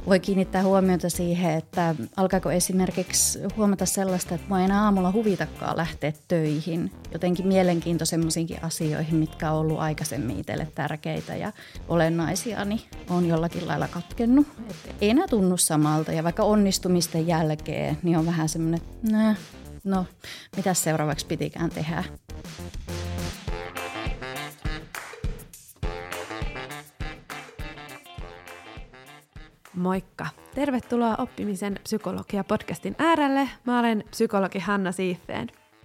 voi kiinnittää huomiota siihen, että alkaako esimerkiksi huomata sellaista, että mua ei enää aamulla huvitakaan lähteä töihin. Jotenkin mielenkiinto semmoisiinkin asioihin, mitkä on ollut aikaisemmin itselle tärkeitä ja olennaisia, niin on jollakin lailla katkennut. Et ei enää tunnu samalta ja vaikka onnistumisten jälkeen, niin on vähän semmoinen, no, mitä seuraavaksi pitikään tehdä. Moikka! Tervetuloa Oppimisen psykologia-podcastin äärelle. Mä olen psykologi Hanna Siiffeen.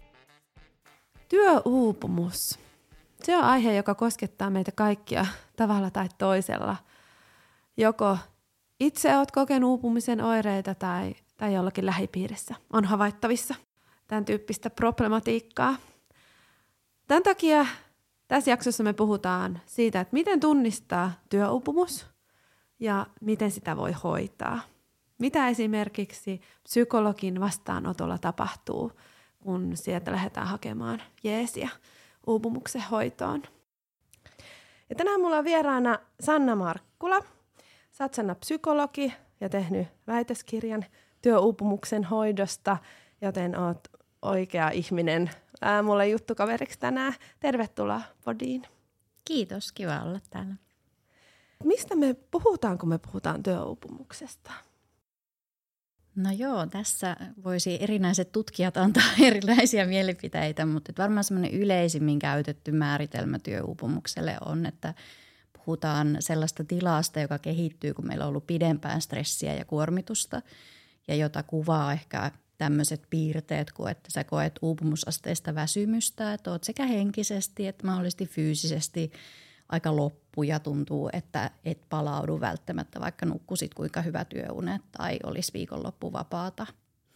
Työuupumus. Se on aihe, joka koskettaa meitä kaikkia tavalla tai toisella. Joko itse oot kokenut uupumisen oireita tai jollakin lähipiirissä on havaittavissa tämän tyyppistä problematiikkaa. Tämän takia tässä jaksossa me puhutaan siitä, että miten tunnistaa työuupumus ja miten sitä voi hoitaa. Mitä esimerkiksi psykologin vastaanotolla tapahtuu, kun sieltä lähdetään hakemaan jeesiä uupumuksen hoitoon. Ja tänään mulla on vieraana Sanna Markkula. Sä oot Sanna psykologi ja tehnyt väitöskirjan työuupumuksen hoidosta, joten oot oikea ihminen mulle juttukaveriksi tänään. Tervetuloa podiin. Kiitos, kiva olla täällä. Mistä me puhutaan, kun me puhutaan työuupumuksesta? No joo, tässä voisi erinäiset tutkijat antaa erilaisia mielipiteitä, mutta varmaan semmoinen yleisimmin käytetty määritelmä työuupumukselle on, että puhutaan sellaista tilasta, joka kehittyy, kun meillä on ollut pidempään stressiä ja kuormitusta ja jota kuvaa ehkä tämmöiset piirteet, kuin että sä koet uupumusasteista väsymystä, että oot sekä henkisesti että mahdollisesti fyysisesti aika loppu ja tuntuu, että et palaudu välttämättä, vaikka nukkusit kuinka hyvä työunet tai olisi viikonloppuvapaata.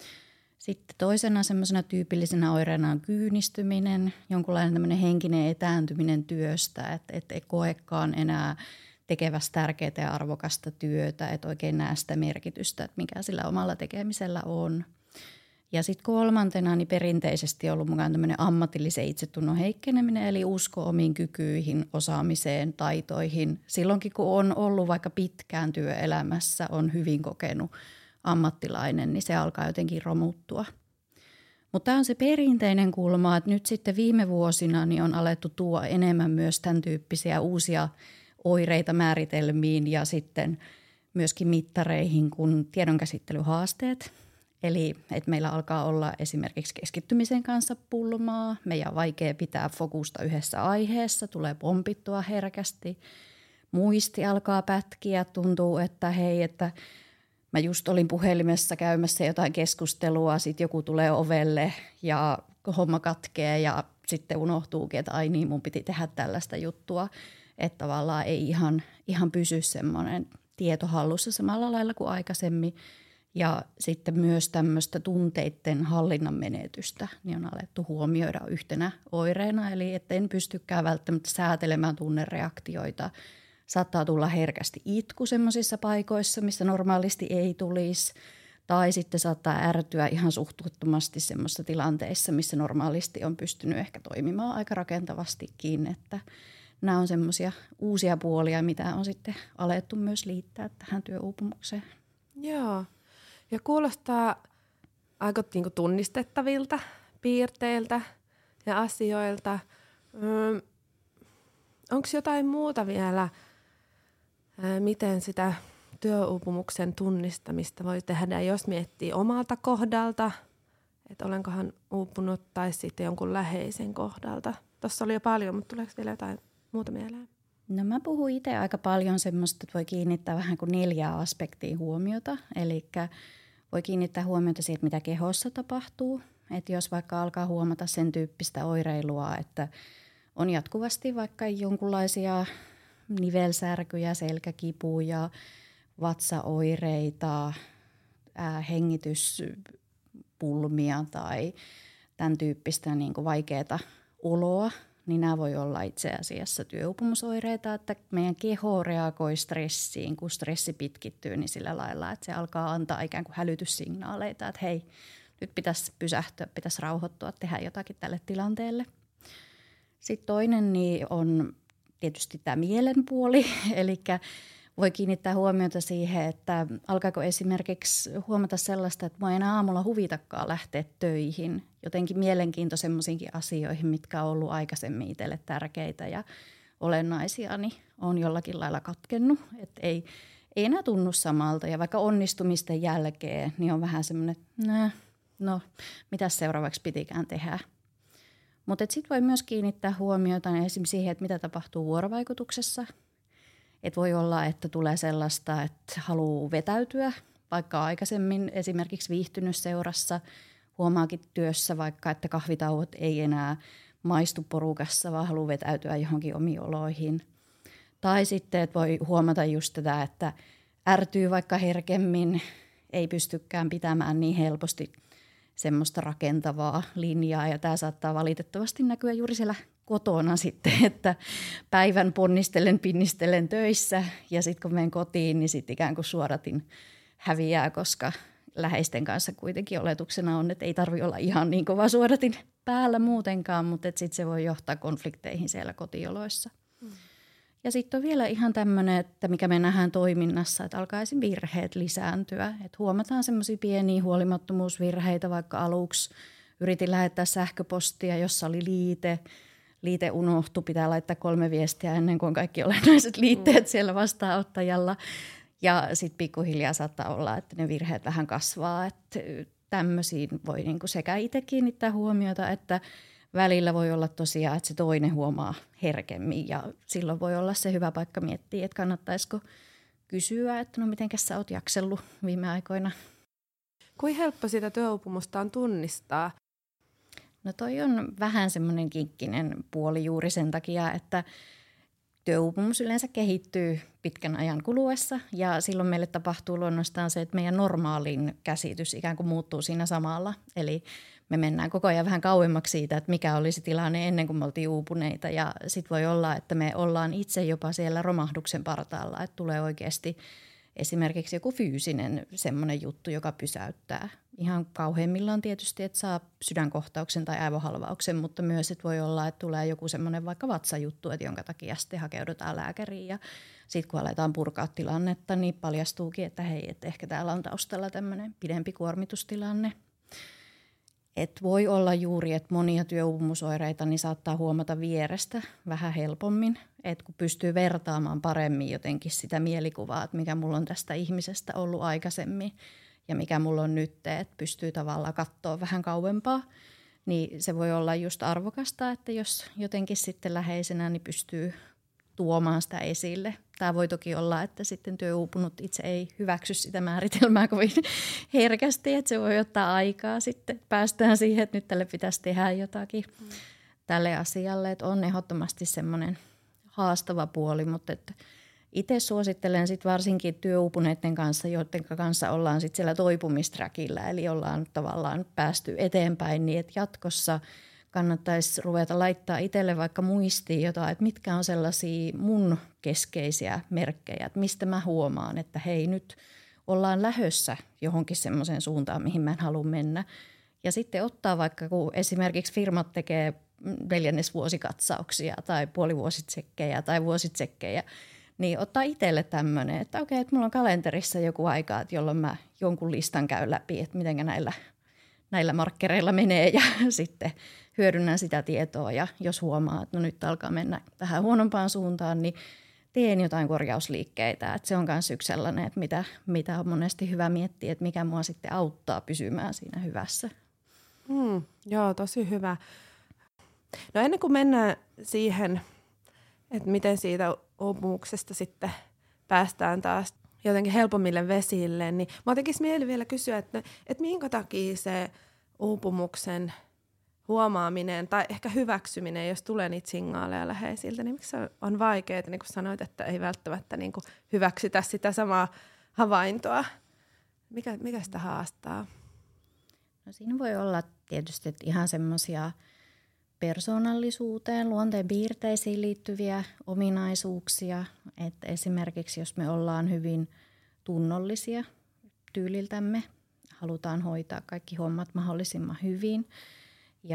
Sitten toisena semmoisena tyypillisenä oireena on kyynistyminen, jonkunlainen tämmöinen henkinen etääntyminen työstä, että et koekaan enää tekevässä tärkeää ja arvokasta työtä, et oikein näe sitä merkitystä, että mikä sillä omalla tekemisellä on. Ja sitten kolmantena niin perinteisesti on ollut mukaan tämmöinen ammatillisen itsetunnon heikkeneminen, eli usko omiin kykyihin, osaamiseen, taitoihin. Silloinkin kun on ollut vaikka pitkään työelämässä, on hyvin kokenut ammattilainen, niin se alkaa jotenkin romuttua. Mutta tämä on se perinteinen kulma, että nyt sitten viime vuosina niin on alettu tuoda enemmän myös tämän tyyppisiä uusia oireita määritelmiin ja sitten myöskin mittareihin kuin tiedonkäsittelyhaasteet. Eli että meillä alkaa olla esimerkiksi keskittymisen kanssa pulmaa, meidän on vaikea pitää fokusta yhdessä aiheessa, tulee pompittua herkästi, muisti alkaa pätkiä, tuntuu, että hei, että mä just olin puhelimessa käymässä jotain keskustelua, sitten joku tulee ovelle ja homma katkee ja sitten unohtuukin, että ai niin, mun piti tehdä tällaista juttua, että tavallaan ei ihan pysy semmoinen tieto hallussa samalla lailla kuin aikaisemmin. Ja sitten myös tämmöistä tunteiden hallinnan menetystä niin on alettu huomioida yhtenä oireena, eli että en pystykään välttämättä säätelemään tunnereaktioita. Saattaa tulla herkästi itku semmoisissa paikoissa, missä normaalisti ei tulisi, tai sitten saattaa ärtyä ihan suhteettomasti semmoisissa tilanteissa, missä normaalisti on pystynyt ehkä toimimaan aika rakentavastikin, että nämä on semmoisia uusia puolia, mitä on sitten alettu myös liittää tähän työuupumukseen. Joo. Ja kuulostaa aika tunnistettavilta piirteiltä ja asioilta. Onko jotain muuta vielä, miten sitä työuupumuksen tunnistamista voi tehdä, jos miettii omalta kohdalta, että olenkohan uupunut, tai sitten jonkun läheisen kohdalta? Tuossa oli jo paljon, mutta tuleeko vielä jotain muuta mieleen? No mä puhun itse aika paljon semmoista, että voi kiinnittää vähän kuin 4 aspektia huomiota. Eli voi kiinnittää huomiota siitä, mitä kehossa tapahtuu. Että jos vaikka alkaa huomata sen tyyppistä oireilua, että on jatkuvasti vaikka jonkunlaisia nivelsärkyjä, selkäkipuja, vatsaoireita, hengityspulmia tai tämän tyyppistä niin kuin vaikeaa oloa, niin nämä voi olla itse asiassa työuupumusoireita, että meidän keho reagoi stressiin, kun stressi pitkittyy, niin sillä lailla, että se alkaa antaa ikään kuin hälytyssignaaleita, että hei, nyt pitäisi pysähtyä, pitäisi rauhoittua, tehdä jotakin tälle tilanteelle. Sitten toinen niin on tietysti tämä mielen puoli, eli voi kiinnittää huomiota siihen, että alkaako esimerkiksi huomata sellaista, että mua ei enää aamulla huvitakaan lähteä töihin. Jotenkin mielenkiinto semmoisiinkin asioihin, mitkä on ollut aikaisemmin itselle tärkeitä ja olennaisia, niin on jollakin lailla katkennut. Että ei enää tunnu samalta ja vaikka onnistumisten jälkeen, niin on vähän semmoinen, että no mitäs seuraavaksi pitikään tehdä. Mutta sitten voi myös kiinnittää huomiota esimerkiksi siihen, että mitä tapahtuu vuorovaikutuksessa. Et voi olla, että tulee sellaista, että haluaa vetäytyä, vaikka aikaisemmin esimerkiksi viihtynyt seurassa, huomaakin työssä vaikka, että kahvitauot ei enää maistu porukassa, vaan haluaa vetäytyä johonkin omiin oloihin. Tai sitten, että voi huomata just tätä, että ärtyy vaikka herkemmin, ei pystykään pitämään niin helposti semmoista rakentavaa linjaa. Ja tämä saattaa valitettavasti näkyä juuri siellä kotona sitten, että päivän ponnistelen, pinnistelen töissä ja sitten kun menen kotiin, niin sitten ikään kuin suodatin häviää, koska läheisten kanssa kuitenkin oletuksena on, että ei tarvitse olla ihan niin kova suodatin päällä muutenkaan, mutta sitten se voi johtaa konflikteihin siellä kotioloissa. Ja sitten on vielä ihan tämmöinen, että mikä me nähdään toiminnassa, että alkaa esim. Virheet lisääntyä. Että huomataan semmoisia pieniä huolimattomuusvirheitä, vaikka aluksi yritin lähettää sähköpostia, jossa oli liite unohtui, pitää laittaa 3 viestiä ennen kuin kaikki olennaiset liitteet siellä vastaanottajalla. Ja sitten pikkuhiljaa saattaa olla, että ne virheet vähän kasvaa, että tämmöisiin voi niinku sekä itse kiinnittää huomiota, että välillä voi olla tosiaan, että se toinen huomaa herkemmin ja silloin voi olla se hyvä paikka miettiä, että kannattaisiko kysyä, että no mitenkäs sä oot jaksellut viime aikoina. Kuinka helppo sitä työuupumusta on tunnistaa? No toi on vähän semmoinen kinkkinen puoli juuri sen takia, että työuupumus yleensä kehittyy pitkän ajan kuluessa ja silloin meille tapahtuu luonnostaan se, että meidän normaalin käsitys ikään kuin muuttuu siinä samalla. Eli me mennään koko ajan vähän kauemmaksi siitä, että mikä oli se tilanne ennen kuin me oltiin uupuneita ja sitten voi olla, että me ollaan itse jopa siellä romahduksen partaalla, että tulee oikeasti esimerkiksi joku fyysinen semmoinen juttu, joka pysäyttää. Ihan kauheimmillaan tietysti, että saa sydänkohtauksen tai aivohalvauksen, mutta myös, että voi olla, että tulee joku semmoinen vaikka vatsajuttu, että jonka takia sitten hakeudutaan lääkäriin. Ja sitten kun aletaan purkaa tilannetta, niin paljastuukin, että hei, että ehkä täällä on taustalla tämmöinen pidempi kuormitustilanne. Et voi olla juuri, että monia työuupumusoireita niin saattaa huomata vierestä vähän helpommin, että kun pystyy vertaamaan paremmin jotenkin sitä mielikuvaa, että mikä mulla on tästä ihmisestä ollut aikaisemmin ja mikä mulla on nyt, että pystyy tavallaan katsoa vähän kauempaa, niin se voi olla just arvokasta, että jos jotenkin sitten läheisenä niin pystyy tuomaan sitä esille. Tämä voi toki olla, että sitten työuupunut itse ei hyväksy sitä määritelmää kovin herkästi, että se voi ottaa aikaa sitten. Päästään siihen, että nyt tälle pitäisi tehdä jotakin tälle asialle, että on ehdottomasti semmoinen haastava puoli, mutta että itse suosittelen sitten varsinkin työuupuneiden kanssa, joiden kanssa ollaan sitten siellä toipumisträkillä, eli ollaan tavallaan päästy eteenpäin niin, että jatkossa kannattaisi ruveta laittaa itselle vaikka muistiin jotain, että mitkä on sellaisia mun keskeisiä merkkejä, että mistä mä huomaan, että hei nyt ollaan lähössä johonkin semmoiseen suuntaan, mihin mä en halua mennä. Ja sitten ottaa vaikka, kun esimerkiksi firmat tekee neljännesvuosikatsauksia tai puolivuositsekkejä tai vuositsekkejä, niin ottaa itselle tämmöinen, että okei, että mulla on kalenterissa joku aika, että jolloin mä jonkun listan käyn läpi, että miten näillä markkereilla menee ja sitten hyödynnän sitä tietoa ja jos huomaa, että no nyt alkaa mennä vähän huonompaan suuntaan, niin teen jotain korjausliikkeitä. Että se on myös yksi sellainen, että mitä on monesti hyvä miettiä, että mikä mua sitten auttaa pysymään siinä hyvässä. Joo, tosi hyvä. No ennen kuin mennään siihen, että miten siitä uupumuksesta sitten päästään taas jotenkin helpommille vesille, niin mä tekisi mieli vielä kysyä, että minkä takia se uupumuksen huomaaminen tai ehkä hyväksyminen, jos tulee niitä signaaleja läheisiltä, niin miksi se on vaikeaa, niin kuin sanoit, että ei välttämättä niin kuin hyväksytä sitä samaa havaintoa. Mikä sitä haastaa? No siinä voi olla tietysti ihan semmoisia persoonallisuuteen, luonteen piirteisiin liittyviä ominaisuuksia. Että esimerkiksi jos me ollaan hyvin tunnollisia tyyliltämme, halutaan hoitaa kaikki hommat mahdollisimman hyvin ja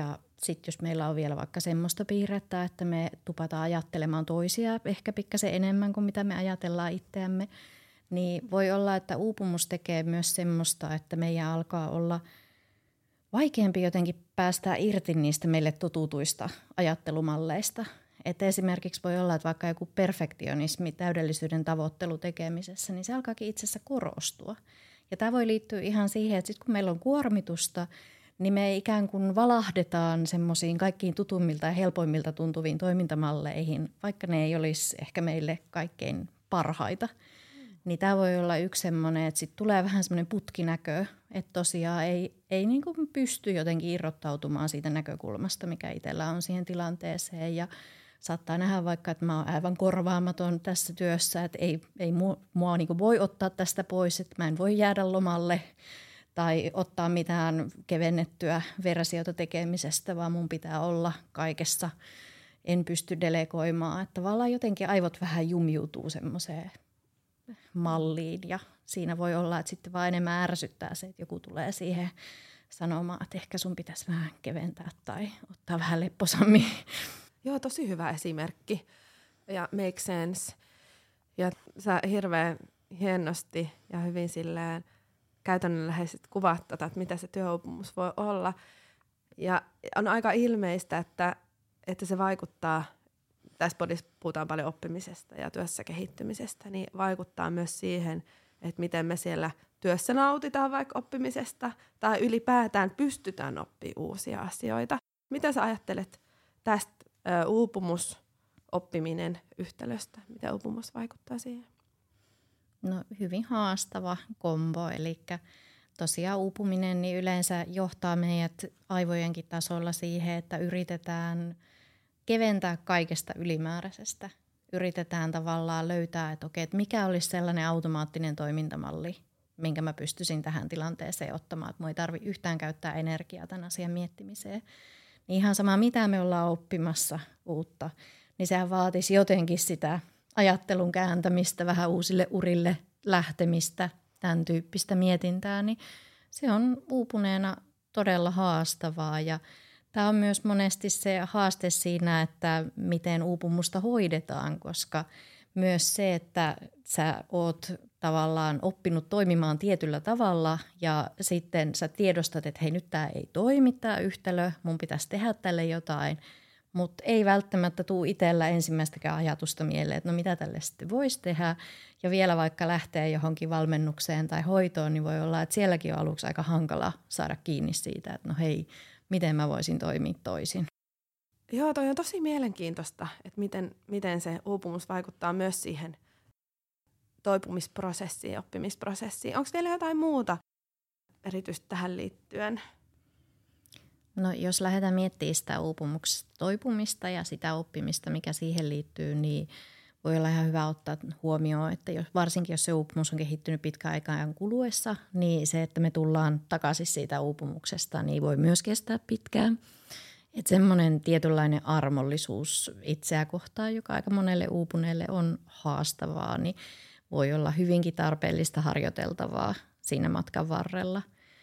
sitten jos meillä on vielä vaikka semmoista piirrettä, että me tupataan ajattelemaan toisia ehkä pikkasen enemmän kuin mitä me ajatellaan itseämme, niin voi olla, että uupumus tekee myös semmoista, että meidän alkaa olla vaikeampi jotenkin päästää irti niistä meille totutuista ajattelumalleista. Että esimerkiksi voi olla, että vaikka joku perfektionismi, täydellisyyden tavoittelu tekemisessä, niin se alkaakin itse asiassa korostua. Ja tämä voi liittyä ihan siihen, että sitten kun meillä on kuormitusta, niin me ikään kuin valahdetaan semmoisiin kaikkiin tutummilta ja helpoimmilta tuntuviin toimintamalleihin, vaikka ne ei olisi ehkä meille kaikkein parhaita. Niin tämä voi olla yksi semmoinen, että sitten tulee vähän semmoinen putkinäkö, että tosiaan ei niin kuin pysty jotenkin irrottautumaan siitä näkökulmasta, mikä itsellä on siihen tilanteeseen. Ja saattaa nähdä vaikka, että mä oon aivan korvaamaton tässä työssä, että ei mua niin kuin voi ottaa tästä pois, että mä en voi jäädä lomalle tai ottaa mitään kevennettyä versiota tekemisestä, vaan mun pitää olla kaikessa. En pysty delegoimaan, että tavallaan jotenkin aivot vähän jumiutuu semmoiseen malliin ja siinä voi olla, että sitten vaan enemmän ärsyttää se, että joku tulee siihen sanomaan, että ehkä sun pitäisi vähän keventää tai ottaa vähän lepposammin. Joo, tosi hyvä esimerkki ja make sense. Ja sä hirveän hienosti ja hyvin silleen käytännönläheisesti kuvaat tätä, että mitä se työuupumus voi olla. Ja on aika ilmeistä, että se vaikuttaa, tässä podissa puhutaan paljon oppimisesta ja työssä kehittymisestä, niin vaikuttaa myös siihen, että miten me siellä työssä nautitaan vaikka oppimisesta tai ylipäätään pystytään oppimaan uusia asioita. Mitä sä ajattelet tästä uupumusoppiminen yhtälöstä? Miten uupumus vaikuttaa siihen? No hyvin haastava kombo, eli tosiaan uupuminen niin yleensä johtaa meidät aivojenkin tasolla siihen, että yritetään keventää kaikesta ylimääräisestä. Yritetään tavallaan löytää, että okei, että mikä olisi sellainen automaattinen toimintamalli, minkä mä pystyisin tähän tilanteeseen ottamaan, että mun ei tarvitse yhtään käyttää energiaa tämän asian miettimiseen. Niin ihan sama, mitä me ollaan oppimassa uutta, niin sehän vaatisi jotenkin sitä ajattelun kääntämistä, vähän uusille urille lähtemistä, tämän tyyppistä mietintää, niin se on uupuneena todella haastavaa. Ja tämä on myös monesti se haaste siinä, että miten uupumusta hoidetaan, koska myös se, että sä oot tavallaan oppinut toimimaan tietyllä tavalla ja sitten sä tiedostat, että hei nyt tämä ei toimi tämä yhtälö, mun pitäisi tehdä tälle jotain, mutta ei välttämättä tule itsellä ensimmäistäkään ajatusta mieleen, että no mitä tälle sitten voisi tehdä. Ja vielä vaikka lähtee johonkin valmennukseen tai hoitoon, niin voi olla, että sielläkin on aluksi aika hankala saada kiinni siitä, että no hei, miten mä voisin toimia toisin. Joo, toi on tosi mielenkiintoista, että miten se uupumus vaikuttaa myös siihen toipumisprosessiin ja oppimisprosessiin. Onko vielä jotain muuta erityisesti tähän liittyen? No jos lähdetään miettimään sitä uupumuksesta toipumista ja sitä oppimista, mikä siihen liittyy, niin voi olla ihan hyvä ottaa huomioon, että varsinkin jos se uupumus on kehittynyt pitkän aikaan kuluessa, niin se, että me tullaan takaisin siitä uupumuksesta, niin voi myös kestää pitkään. Että semmoinen tietynlainen armollisuus itseä kohtaan, joka aika monelle uupuneelle on haastavaa, niin voi olla hyvinkin tarpeellista harjoiteltavaa siinä matkan varrella.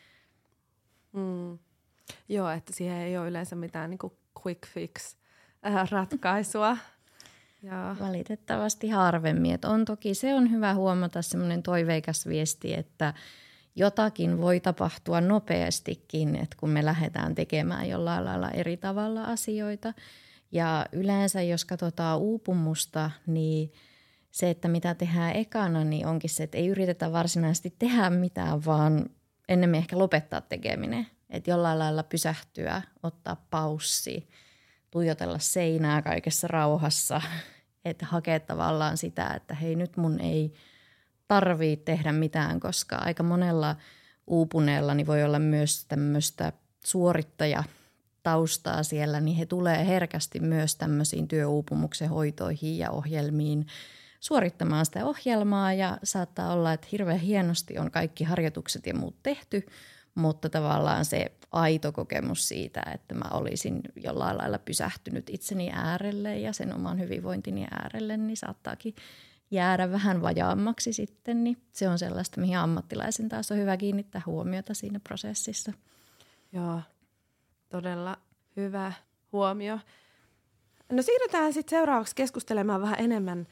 Joo, että siihen ei ole yleensä mitään niin kuin quick fix ratkaisua. Ja valitettavasti harvemmin. Että se on hyvä huomata semmoinen toiveikas viesti, että jotakin voi tapahtua nopeastikin, että kun me lähdetään tekemään jollain lailla eri tavalla asioita. Ja yleensä jos katsotaan uupumusta, niin se, että mitä tehdään ekana, niin onkin se, että ei yritetä varsinaisesti tehdä mitään, vaan ennemmin ehkä lopettaa tekeminen. Että jollain lailla pysähtyä, ottaa paussi, tuijotella seinää kaikessa rauhassa, että hakee tavallaan sitä, että hei nyt mun ei tarvitse tehdä mitään, koska aika monella uupuneella niin voi olla myös tämmöistä suorittajataustaa siellä, niin he tulee herkästi myös tämmöisiin työuupumuksen hoitoihin ja ohjelmiin suorittamaan sitä ohjelmaa ja saattaa olla, että hirveän hienosti on kaikki harjoitukset ja muut tehty, mutta tavallaan se aito kokemus siitä, että mä olisin jollain lailla pysähtynyt itseni äärelle ja sen oman hyvinvointini äärelle, niin saattaakin jäädä vähän vajaammaksi sitten. Niin se on sellaista, mihin ammattilaisen taas on hyvä kiinnittää huomiota siinä prosessissa. Joo, todella Hyvä huomio. No siirrytään sitten seuraavaksi keskustelemaan vähän enemmän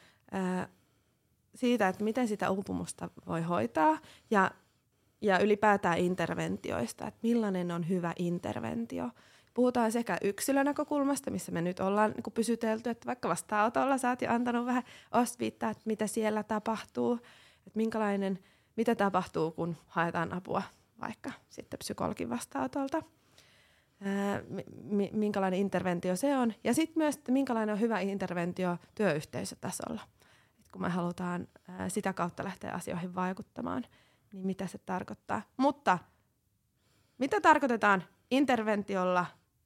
siitä, että miten sitä uupumusta voi hoitaa ja ylipäätään interventioista, että millainen on hyvä interventio. Puhutaan sekä yksilönäkökulmasta, missä me nyt ollaan niin kuin pysytelty, että vaikka vastaanotolla sä oot jo antanut vähän osviittaa, että mitä siellä tapahtuu, että mitä tapahtuu, kun haetaan apua vaikka sitten psykologin vastaanotolta. Minkälainen interventio se on. Ja sitten myös, että minkälainen on hyvä interventio työyhteisötasolla. Et kun me halutaan sitä kautta lähteä asioihin vaikuttamaan, niin mitä se tarkoittaa. Mutta mitä tarkoitetaan interventiolla?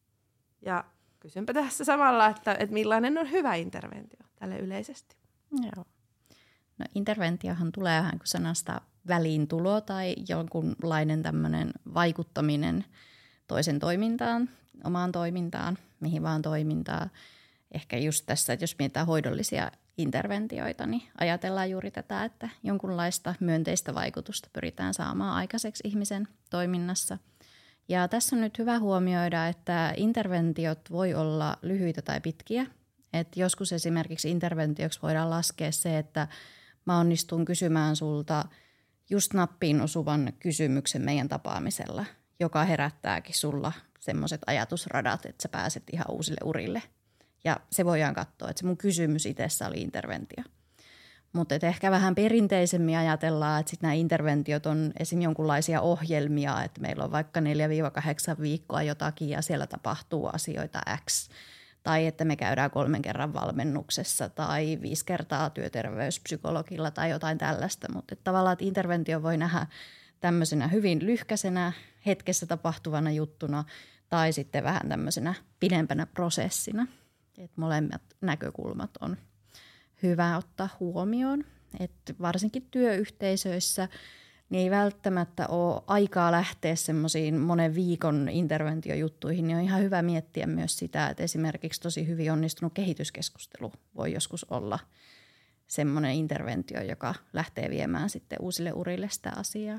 Ja kysynpä tässä samalla, että millainen on hyvä interventio tälle yleisesti? Joo. No interventiohan tulee vähän kuin sanasta väliintulo tai jonkunlainen tämmöinen vaikuttaminen toisen toimintaan, omaan toimintaan, mihin vaan toimintaan. Ehkä just tässä, että jos mietitään hoidollisia interventioita, niin ajatellaan juuri tätä, että jonkunlaista myönteistä vaikutusta pyritään saamaan aikaiseksi ihmisen toiminnassa. Ja tässä on nyt hyvä huomioida, että interventiot voi olla lyhyitä tai pitkiä. Et joskus esimerkiksi interventioksi voidaan laskea se, että mä onnistun kysymään sulta just nappiin osuvan kysymyksen meidän tapaamisella, joka herättääkin sulla semmoiset ajatusradat, että sä pääset ihan uusille urille. Ja se voidaan katsoa, että se mun kysymys itsessä oli interventio. Mutta ehkä vähän perinteisemmin ajatellaan, että sitten nämä interventiot on esim. Jonkunlaisia ohjelmia, että meillä on vaikka 4-8 viikkoa jotakin ja siellä tapahtuu asioita X. Tai että me käydään 3 kerran valmennuksessa tai 5 kertaa työterveyspsykologilla tai jotain tällaista. Mutta tavallaan että interventio voi nähdä tämmöisenä hyvin lyhkäisenä hetkessä tapahtuvana juttuna tai sitten vähän tämmöisenä pidempänä prosessina. Et molemmat näkökulmat on hyvä ottaa huomioon. Et varsinkin työyhteisöissä niin ei välttämättä ole aikaa lähteä semmoisiin monen viikon interventiojuttuihin, niin on ihan hyvä miettiä myös sitä, että esimerkiksi tosi hyvin onnistunut kehityskeskustelu voi joskus olla semmoinen interventio, joka lähtee viemään sitten uusille urille sitä asiaa.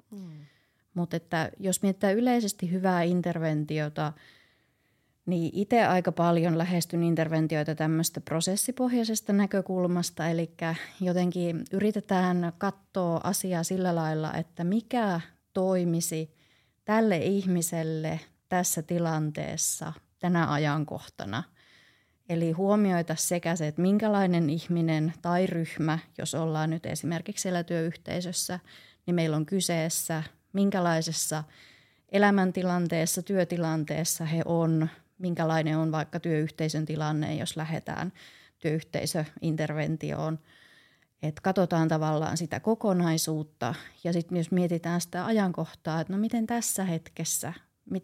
Mutta että jos mietitään yleisesti hyvää interventiota, niin itse aika paljon lähestyn interventioita tämmöistä prosessipohjaisesta näkökulmasta, eli jotenkin yritetään katsoa asiaa sillä lailla, että mikä toimisi tälle ihmiselle tässä tilanteessa tänä ajankohtana. Eli huomioita sekä se, että minkälainen ihminen tai ryhmä, jos ollaan nyt esimerkiksi siellä työyhteisössä, niin meillä on kyseessä, minkälaisessa elämäntilanteessa, työtilanteessa he on, minkälainen on vaikka työyhteisön tilanne, jos lähdetään työyhteisöinterventioon. Että katsotaan tavallaan sitä kokonaisuutta ja sitten jos mietitään sitä ajankohtaa, että no miten tässä hetkessä,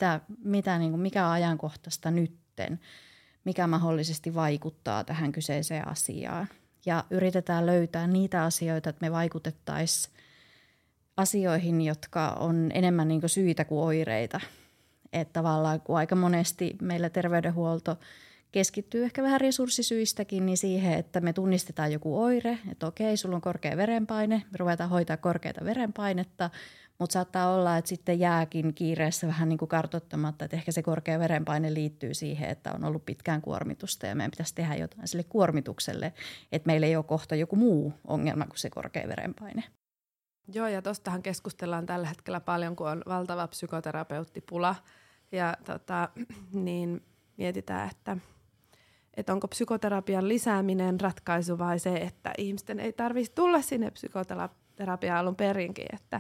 mikä on ajankohtaista nytten, mikä mahdollisesti vaikuttaa tähän kyseiseen asiaan. Ja yritetään löytää niitä asioita, että me vaikutettaisiin asioihin, jotka on enemmän niin kuin syitä kuin oireita. Että tavallaan kun aika monesti meillä terveydenhuolto keskittyy ehkä vähän resurssisyistäkin niin siihen, että me tunnistetaan joku oire, että okei, sulla on korkea verenpaine, me ruvetaan hoitaa korkeata verenpainetta, mutta saattaa olla, että sitten jääkin kiireessä vähän niin kuin kartoittamatta, että ehkä se korkea verenpaine liittyy siihen, että on ollut pitkään kuormitusta ja meidän pitäisi tehdä jotain sille kuormitukselle, että meillä ei ole kohta joku muu ongelma kuin se korkea verenpaine. Joo, ja tuostahan keskustellaan tällä hetkellä paljon, kun on valtava psykoterapeuttipula. Ja niin mietitään, että onko psykoterapian lisääminen ratkaisu vai se, että ihmisten ei tarvitsisi tulla sinne psykoterapiaan alun perinkin, että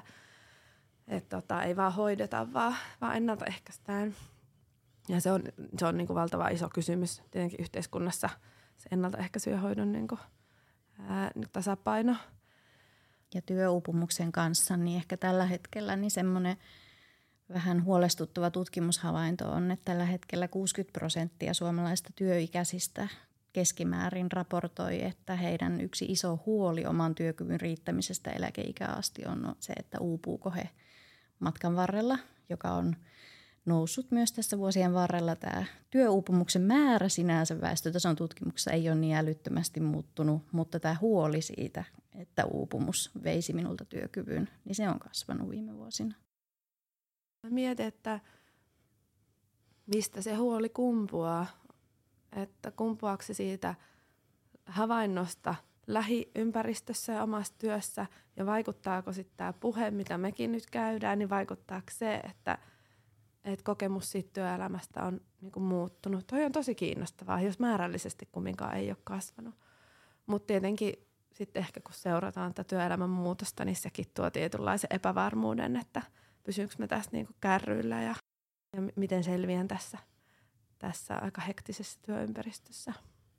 ei vaan hoideta, vaan ennaltaehkäistään. Ja se on niin kuin valtava iso kysymys tietenkin yhteiskunnassa, se ennaltaehkäisy ja hoidon niin kuin, tasapaino. Ja työuupumuksen kanssa, niin ehkä tällä hetkellä niin semmoinen vähän huolestuttava tutkimushavainto on, että tällä hetkellä 60% suomalaisista työikäisistä keskimäärin raportoi, että heidän yksi iso huoli oman työkyvyn riittämisestä eläkeikään asti on se, että uupuuko he matkan varrella, joka on noussut myös tässä vuosien varrella. Tämä työuupumuksen määrä sinänsä väestötason tutkimuksessa ei ole niin älyttömästi muuttunut, mutta tämä huoli siitä, että uupumus veisi minulta työkyvyn, niin se on kasvanut viime vuosina. Mä mietin, että mistä se huoli kumpuaa. Että kumpuaako se siitä havainnosta lähiympäristössä ja omassa työssä ja vaikuttaako sitten tämä puhe, mitä mekin nyt käydään, niin vaikuttaako se, että kokemus siitä työelämästä on niin kuin muuttunut. Toi on tosi kiinnostavaa, jos määrällisesti kumminkaan ei ole kasvanut. Mutta tietenkin sitten ehkä kun seurataan tätä työelämän muutosta, niin sekin tuo tietynlaisen epävarmuuden, että pysynkö mä tässä niin kuin kärryillä ja miten selviän tässä aika hektisessä työympäristössä.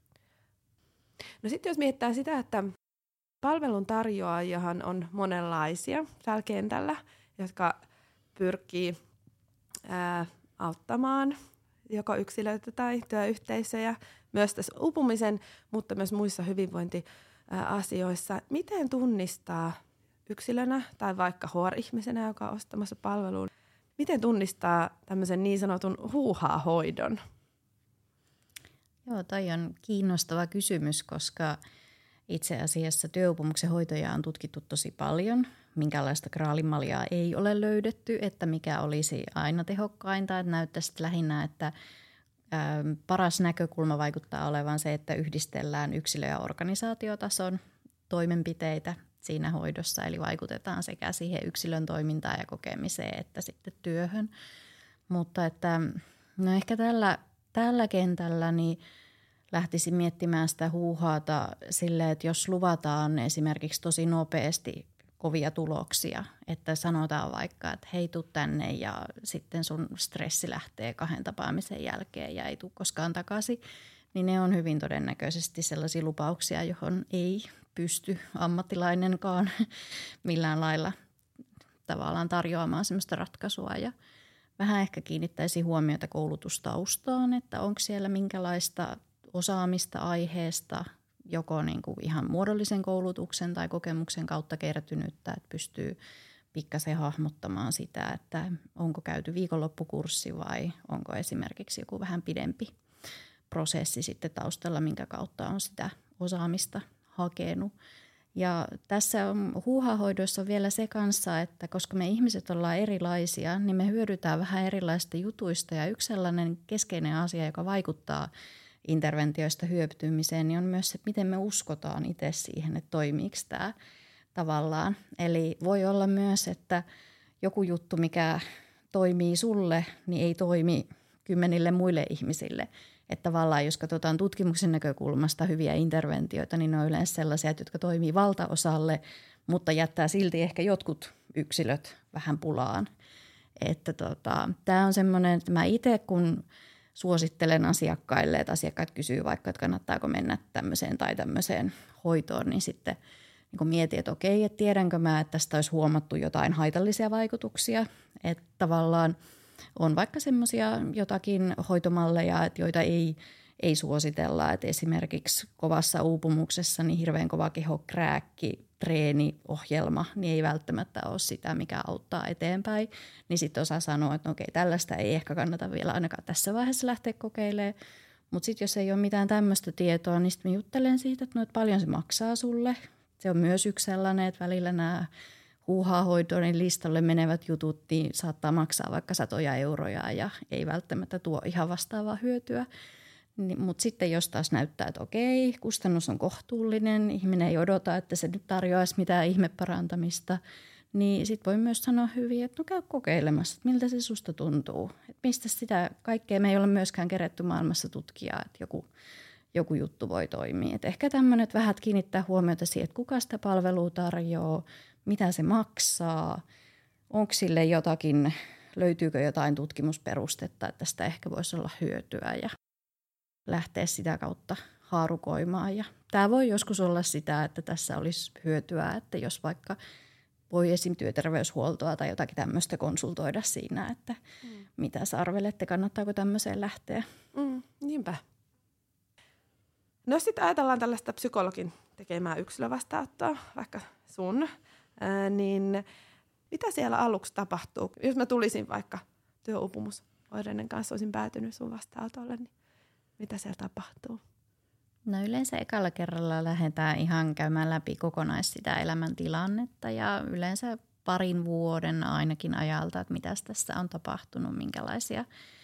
No sitten jos mietitään sitä, että palvelun tarjoajiahan on monenlaisia täällä kentällä, jotka pyrkii auttamaan joko yksilöitä tai työyhteisöjä myös tässä uupumisen, mutta myös muissa hyvinvointiasioissa. Miten tunnistaa yksilönä tai vaikka HR-ihmisenä, joka on ostamassa palveluun, miten tunnistaa tämmöisen niin sanotun huuhaa-hoidon? Joo, toi on kiinnostava kysymys, koska itse asiassa työuupumuksen hoitoja on tutkittu tosi paljon. Minkälaista graalimaljaa ei ole löydetty, että mikä olisi aina tehokkainta. Että näyttäisi lähinnä, että paras näkökulma vaikuttaa olevan se, että yhdistellään yksilö- ja organisaatiotason toimenpiteitä siinä hoidossa. Eli vaikutetaan sekä siihen yksilön toimintaan ja kokemiseen että sitten työhön. Mutta että, no ehkä tällä kentällä niin lähtisin miettimään sitä huuhaata silleen, että jos luvataan esimerkiksi tosi nopeasti kovia tuloksia, että sanotaan vaikka, että hei, tuu tänne ja sitten sun stressi lähtee 2 tapaamisen jälkeen ja ei tule koskaan takaisin, niin ne on hyvin todennäköisesti sellaisia lupauksia, johon ei pysty ammattilainenkaan millään lailla tavallaan tarjoamaan sellaista ratkaisua. Ja vähän ehkä kiinnittäisi huomiota koulutustaustaan, että onko siellä minkälaista osaamista aiheesta, joko niin kuin ihan muodollisen koulutuksen tai kokemuksen kautta kertynyttä, että pystyy pikkasen hahmottamaan sitä, että onko käyty viikonloppukurssi vai onko esimerkiksi joku vähän pidempi prosessi sitten taustalla, minkä kautta on sitä osaamista hakenut. Ja tässä huuhahoidossa on vielä se kanssa, että koska me ihmiset ollaan erilaisia, niin me hyödytään vähän erilaisista jutuista. Ja yksi sellainen keskeinen asia, joka vaikuttaa interventioista hyötymiseen, niin on myös se, miten me uskotaan itse siihen, että toimiiko tämä tavallaan. Eli voi olla myös, että joku juttu, mikä toimii sulle, niin ei toimi 10 muille ihmisille. Että tavallaan jos katsotaan tutkimuksen näkökulmasta hyviä interventioita, niin ne on yleensä sellaisia, jotka toimii valtaosalle, mutta jättää silti ehkä jotkut yksilöt vähän pulaan. Että tämä on semmoinen, että mä itse kun suosittelen asiakkaille, että asiakkaat kysyy vaikka, että kannattaako mennä tämmöiseen tai tämmöiseen hoitoon, niin sitten niin kun mietin, että okei, että tiedänkö mä, että tästä olisi huomattu jotain haitallisia vaikutuksia, että tavallaan on vaikka semmoisia jotakin hoitomalleja, että joita ei suositella, että esimerkiksi kovassa uupumuksessa niin hirveän kova kehokrääkki, treeniohjelma, niin ei välttämättä ole sitä, mikä auttaa eteenpäin. Niin sitten osaa sanoa, että okei, tällaista ei ehkä kannata vielä ainakaan tässä vaiheessa lähteä kokeilemaan. Mutta sitten jos ei ole mitään tämmöistä tietoa, niin sitten mä juttelen siitä, että paljon se maksaa sulle. Se on myös yksi sellainen, että välillä nämä huuhaa-hoitoon listalle menevät jutut niin saattaa maksaa vaikka 100 euroja ja ei välttämättä tuo ihan vastaavaa hyötyä. Mutta sitten jos taas näyttää, että okei, kustannus on kohtuullinen, ihminen ei odota, että se nyt tarjoaisi mitään ihmeparantamista, niin sitten voi myös sanoa hyvin, että no käy kokeilemassa, että miltä se susta tuntuu. Että mistä sitä kaikkea me ei ole myöskään keretty maailmassa tutkia, että joku juttu voi toimia. Et ehkä tämmöinen, että vähän kiinnittää huomiota siihen, että kuka sitä palvelua tarjoaa, mitä se maksaa, onko sille jotakin, löytyykö jotain tutkimusperustetta, että tästä ehkä voisi olla hyötyä ja lähteä sitä kautta haarukoimaan. Ja tämä voi joskus olla sitä, että tässä olisi hyötyä, että jos vaikka voi esim. Työterveyshuoltoa tai jotakin tämmöistä konsultoida siinä, että mitä sä arvelette, kannattaako tämmöiseen lähteä. Niinpä. No sitten ajatellaan tällaista psykologin tekemää yksilövastaanottoa, vaikka sun, niin mitä siellä aluksi tapahtuu? Jos mä tulisin vaikka työuupumusoireiden kanssa, olisin päätynyt sun vastaanotolle, niin mitä siellä tapahtuu? No yleensä ekalla kerralla lähdetään ihan käymään läpi sitä elämäntilannetta ja yleensä 2 vuoden ainakin ajalta, että mitä tässä on tapahtunut, minkälaisia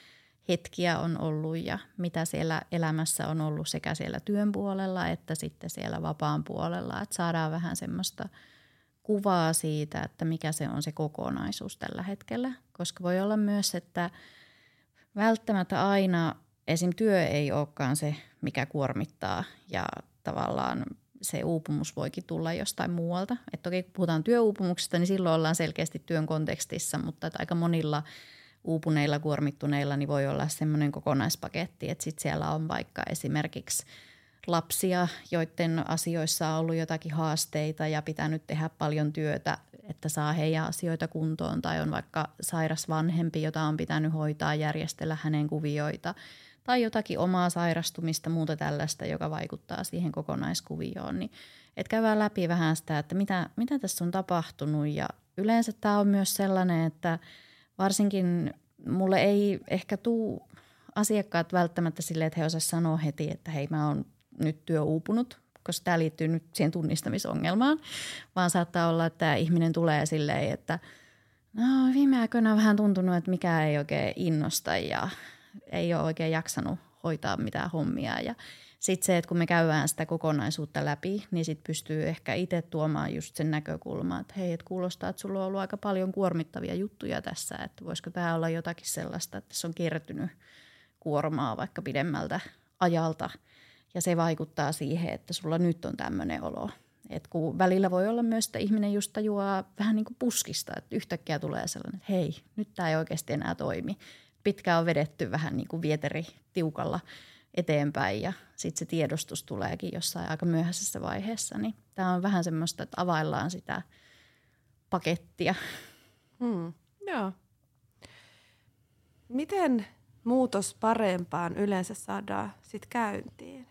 hetkiä on ollut ja mitä siellä elämässä on ollut sekä siellä työn puolella että sitten siellä vapaan puolella. Että saadaan vähän semmoista kuvaa siitä, että mikä se on se kokonaisuus tällä hetkellä. Koska voi olla myös, että välttämättä aina esim. Työ ei olekaan se, mikä kuormittaa ja tavallaan se uupumus voikin tulla jostain muualta. Että toki kun puhutaan työuupumuksesta, niin silloin ollaan selkeästi työn kontekstissa, mutta että aika monilla uupuneilla, kuormittuneilla niin voi olla semmoinen kokonaispaketti, että sitten siellä on vaikka esimerkiksi lapsia, joiden asioissa on ollut jotakin haasteita ja pitänyt tehdä paljon työtä, että saa heidän asioita kuntoon. Tai on vaikka sairas vanhempi, jota on pitänyt hoitaa, järjestellä hänen kuvioita. Tai jotakin omaa sairastumista, muuta tällaista, joka vaikuttaa siihen kokonaiskuvioon. Niin, että käydään läpi vähän sitä, että mitä tässä on tapahtunut. Ja yleensä tämä on myös sellainen, että varsinkin mulle ei ehkä tule asiakkaat välttämättä silleen, että he osaisivat sanoa heti, että hei, mä oon nyt työuupunut, koska tämä liittyy nyt siihen tunnistamisongelmaan, vaan saattaa olla, että tämä ihminen tulee silleen, että no viime aikoina on vähän tuntunut, että mikään ei oikein innosta ja ei ole oikein jaksanut hoitaa mitään hommia. Ja sitten se, että kun me käydään sitä kokonaisuutta läpi, niin sitten pystyy ehkä itse tuomaan just sen näkökulman, että hei, että kuulostaa, että sulla on ollut aika paljon kuormittavia juttuja tässä, että voisiko tämä olla jotakin sellaista, että se on kertynyt kuormaa vaikka pidemmältä ajalta. Ja se vaikuttaa siihen, että sulla nyt on tämmöinen olo. Et kun välillä voi olla myös, että ihminen just tajuaa vähän niin kuin puskista, että yhtäkkiä tulee sellainen, että hei, nyt tämä ei oikeasti enää toimi. Pitkään on vedetty vähän niin kuin vieteri tiukalla eteenpäin ja sitten se tiedostus tuleekin jossain aika myöhäisessä vaiheessa. Niin tämä on vähän semmoista, että availlaan sitä pakettia. Joo. Miten muutos parempaan yleensä saadaan sitten käyntiin?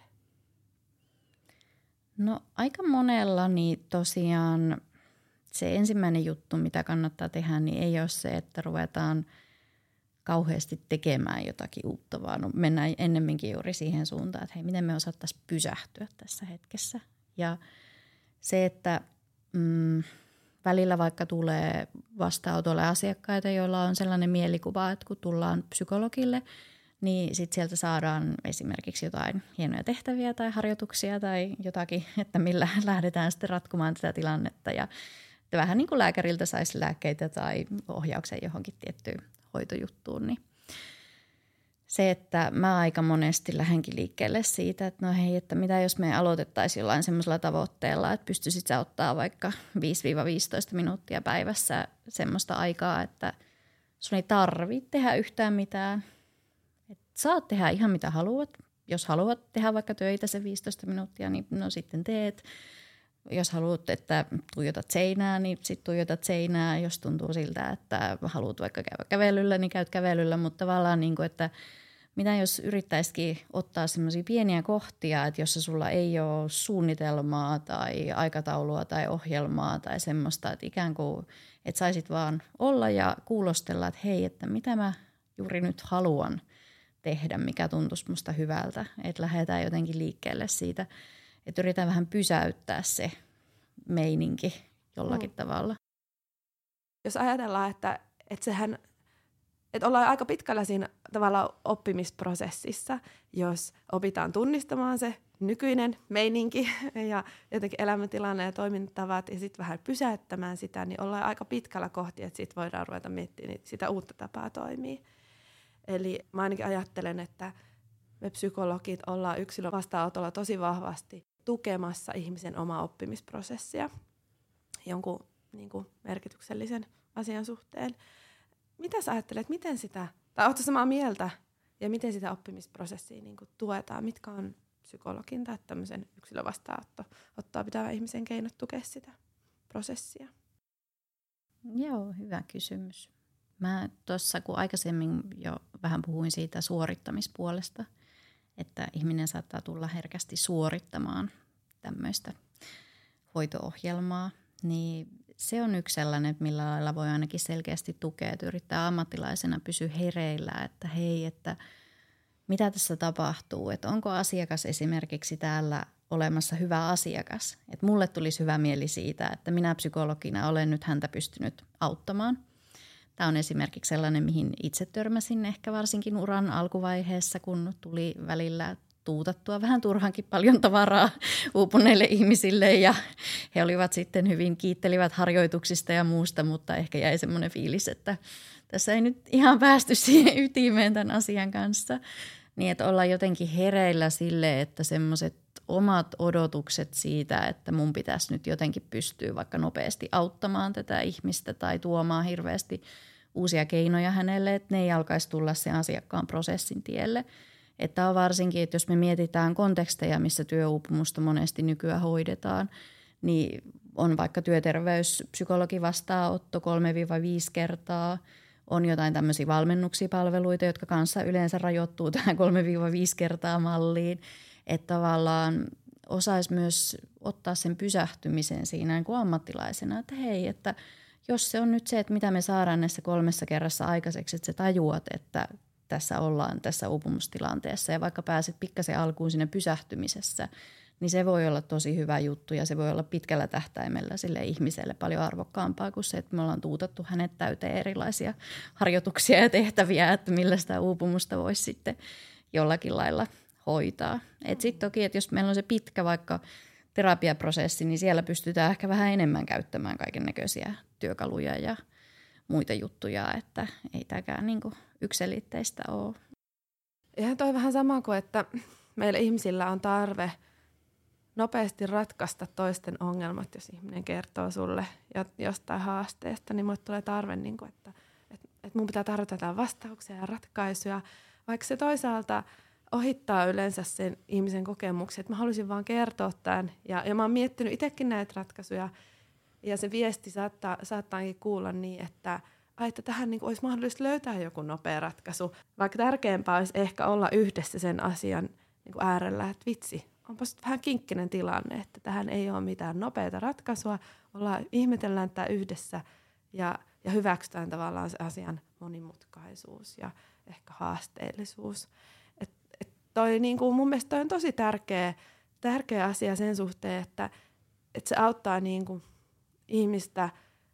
No aika monella niin tosiaan se ensimmäinen juttu, mitä kannattaa tehdä, niin ei ole se, että ruvetaan kauheasti tekemään jotakin uutta, vaan mennään ennemminkin juuri siihen suuntaan, että hei, miten me osattaisiin pysähtyä tässä hetkessä. Ja se, että välillä vaikka tulee vastaanotolle asiakkaita, joilla on sellainen mielikuva, että kun tullaan psykologille, niin sitten sieltä saadaan esimerkiksi jotain hienoja tehtäviä tai harjoituksia tai jotakin, että millä lähdetään sitten ratkomaan tätä tilannetta. Ja vähän niin kuin lääkäriltä saisi lääkkeitä tai ohjauksen johonkin tiettyyn hoitojuttuun. Niin se, että mä aika monesti lähdenkin liikkeelle siitä, että no hei, että mitä jos me aloitettaisiin jollain semmoisella tavoitteella, että pystyisit sä ottaa vaikka 5-15 minuuttia päivässä semmoista aikaa, että sun ei tarvitse tehdä yhtään mitään. Että saat tehdä ihan mitä haluat. Jos haluat tehdä vaikka töitä se 15 minuuttia, niin no sitten teet. Jos haluat, että tuijotat seinää, niin sitten tuijotat seinää. Jos tuntuu siltä, että haluat vaikka käydä kävelyllä, niin käyt kävelyllä. Mutta tavallaan, niin kuin, että mitä jos yrittäisikin ottaa semmoisia pieniä kohtia, että jossa sulla ei ole suunnitelmaa tai aikataulua tai ohjelmaa tai semmoista, että ikään kuin, että saisit vaan olla ja kuulostella, että hei, että mitä mä juuri nyt haluan tehdä, mikä tuntuisi musta hyvältä. Että lähdetään jotenkin liikkeelle siitä, että yritetään vähän pysäyttää se meininki jollakin tavalla. Jos ajatellaan, että sehän, että ollaan aika pitkällä siinä tavallaan oppimisprosessissa, jos opitaan tunnistamaan se nykyinen meininki ja jotenkin elämäntilanne ja toimintatavat ja sitten vähän pysäyttämään sitä, niin ollaan aika pitkällä kohti, että sitten voidaan ruveta miettimään sitä uutta tapaa toimia. Eli mä ainakin ajattelen, että me psykologit ollaan yksilön vastaanotolla tosi vahvasti tukemassa ihmisen omaa oppimisprosessia jonkun niin kuin merkityksellisen asian suhteen. Mitä sä ajattelet, miten sitä, tai ootko samaa mieltä, ja miten sitä oppimisprosessia niin kuin tuetaan? Mitkä on psykologin tai tämmöisen yksilön vastaanottoa pitävä ihmisen keinot tukea sitä prosessia? Joo, hyvä kysymys. Mä tuossa, kun aikaisemmin jo vähän puhuin siitä suorittamispuolesta, että ihminen saattaa tulla herkästi suorittamaan tämmöistä hoito-ohjelmaa, niin se on yksi sellainen, että millä lailla voi ainakin selkeästi tukea, että yrittää ammattilaisena pysyä hereillä, että hei, että mitä tässä tapahtuu, että onko asiakas esimerkiksi täällä olemassa hyvä asiakas, että mulle tulisi hyvä mieli siitä, että minä psykologina olen nyt häntä pystynyt auttamaan. Tämä on esimerkiksi sellainen, mihin itse törmäsin ehkä varsinkin uran alkuvaiheessa, kun tuli välillä tuutattua vähän turhankin paljon tavaraa uupuneille ihmisille ja he olivat sitten hyvin kiittelivät harjoituksista ja muusta, mutta ehkä jäi semmoinen fiilis, että tässä ei nyt ihan päästy siihen ytimeen tämän asian kanssa. Niin, että ollaan jotenkin hereillä sille, että semmoiset omat odotukset siitä, että mun pitäisi nyt jotenkin pystyä vaikka nopeasti auttamaan tätä ihmistä tai tuomaan hirveästi uusia keinoja hänelle, että ne ei alkaisi tulla sen asiakkaan prosessin tielle. Että on varsinkin, että jos me mietitään konteksteja, missä työuupumusta monesti nykyään hoidetaan, niin on vaikka työterveyspsykologi vastaanotto 3-5 kertaa. On jotain tämmöisiä valmennuksia, palveluita, jotka kanssa yleensä rajoittuu tähän 3-5 kertaa malliin. Että tavallaan osaisi myös ottaa sen pysähtymisen siinä niin kuin ammattilaisena, että hei, että jos se on nyt se, että mitä me saadaan näissä 3 kerrassa aikaiseksi, että sä tajuat, että tässä ollaan tässä uupumustilanteessa ja vaikka pääset pikkasen alkuun siinä pysähtymisessä, niin se voi olla tosi hyvä juttu ja se voi olla pitkällä tähtäimellä sille ihmiselle paljon arvokkaampaa kuin se, että me ollaan tuutattu hänet täyteen erilaisia harjoituksia ja tehtäviä, että millä sitä uupumusta voisi sitten jollakin lailla hoitaa. Sitten toki, että jos meillä on se pitkä vaikka terapiaprosessi, niin siellä pystytään ehkä vähän enemmän käyttämään kaiken näköisiä työkaluja ja muita juttuja, että ei tämäkään niin kuin yksiselitteistä ole. Ihan toi vähän sama kuin, että meillä ihmisillä on tarve nopeasti ratkaista toisten ongelmat, jos ihminen kertoo sulle jostain haasteesta, niin mulle tulee tarve, niin kuin, että mun pitää tarjota jotain vastauksia ja ratkaisuja, vaikka se toisaalta ohittaa yleensä sen ihmisen kokemuksen, että mä haluaisin vaan kertoa tämän ja mä oon miettinyt itsekin näitä ratkaisuja ja se viesti saattaakin kuulla niin, että tähän niin kuin olisi mahdollista löytää joku nopea ratkaisu, vaikka tärkeämpää olisi ehkä olla yhdessä sen asian niin kuin äärellä, että vitsi, onpa sitten vähän kinkkinen tilanne, että tähän ei ole mitään nopeata ratkaisua, ihmetellään tämä yhdessä ja hyväksytään tavallaan se asian monimutkaisuus ja ehkä haasteellisuus. Toi, niin kuin, mun mielestä toi on tosi tärkeä asia sen suhteen, että se auttaa niin kuin, ihmistä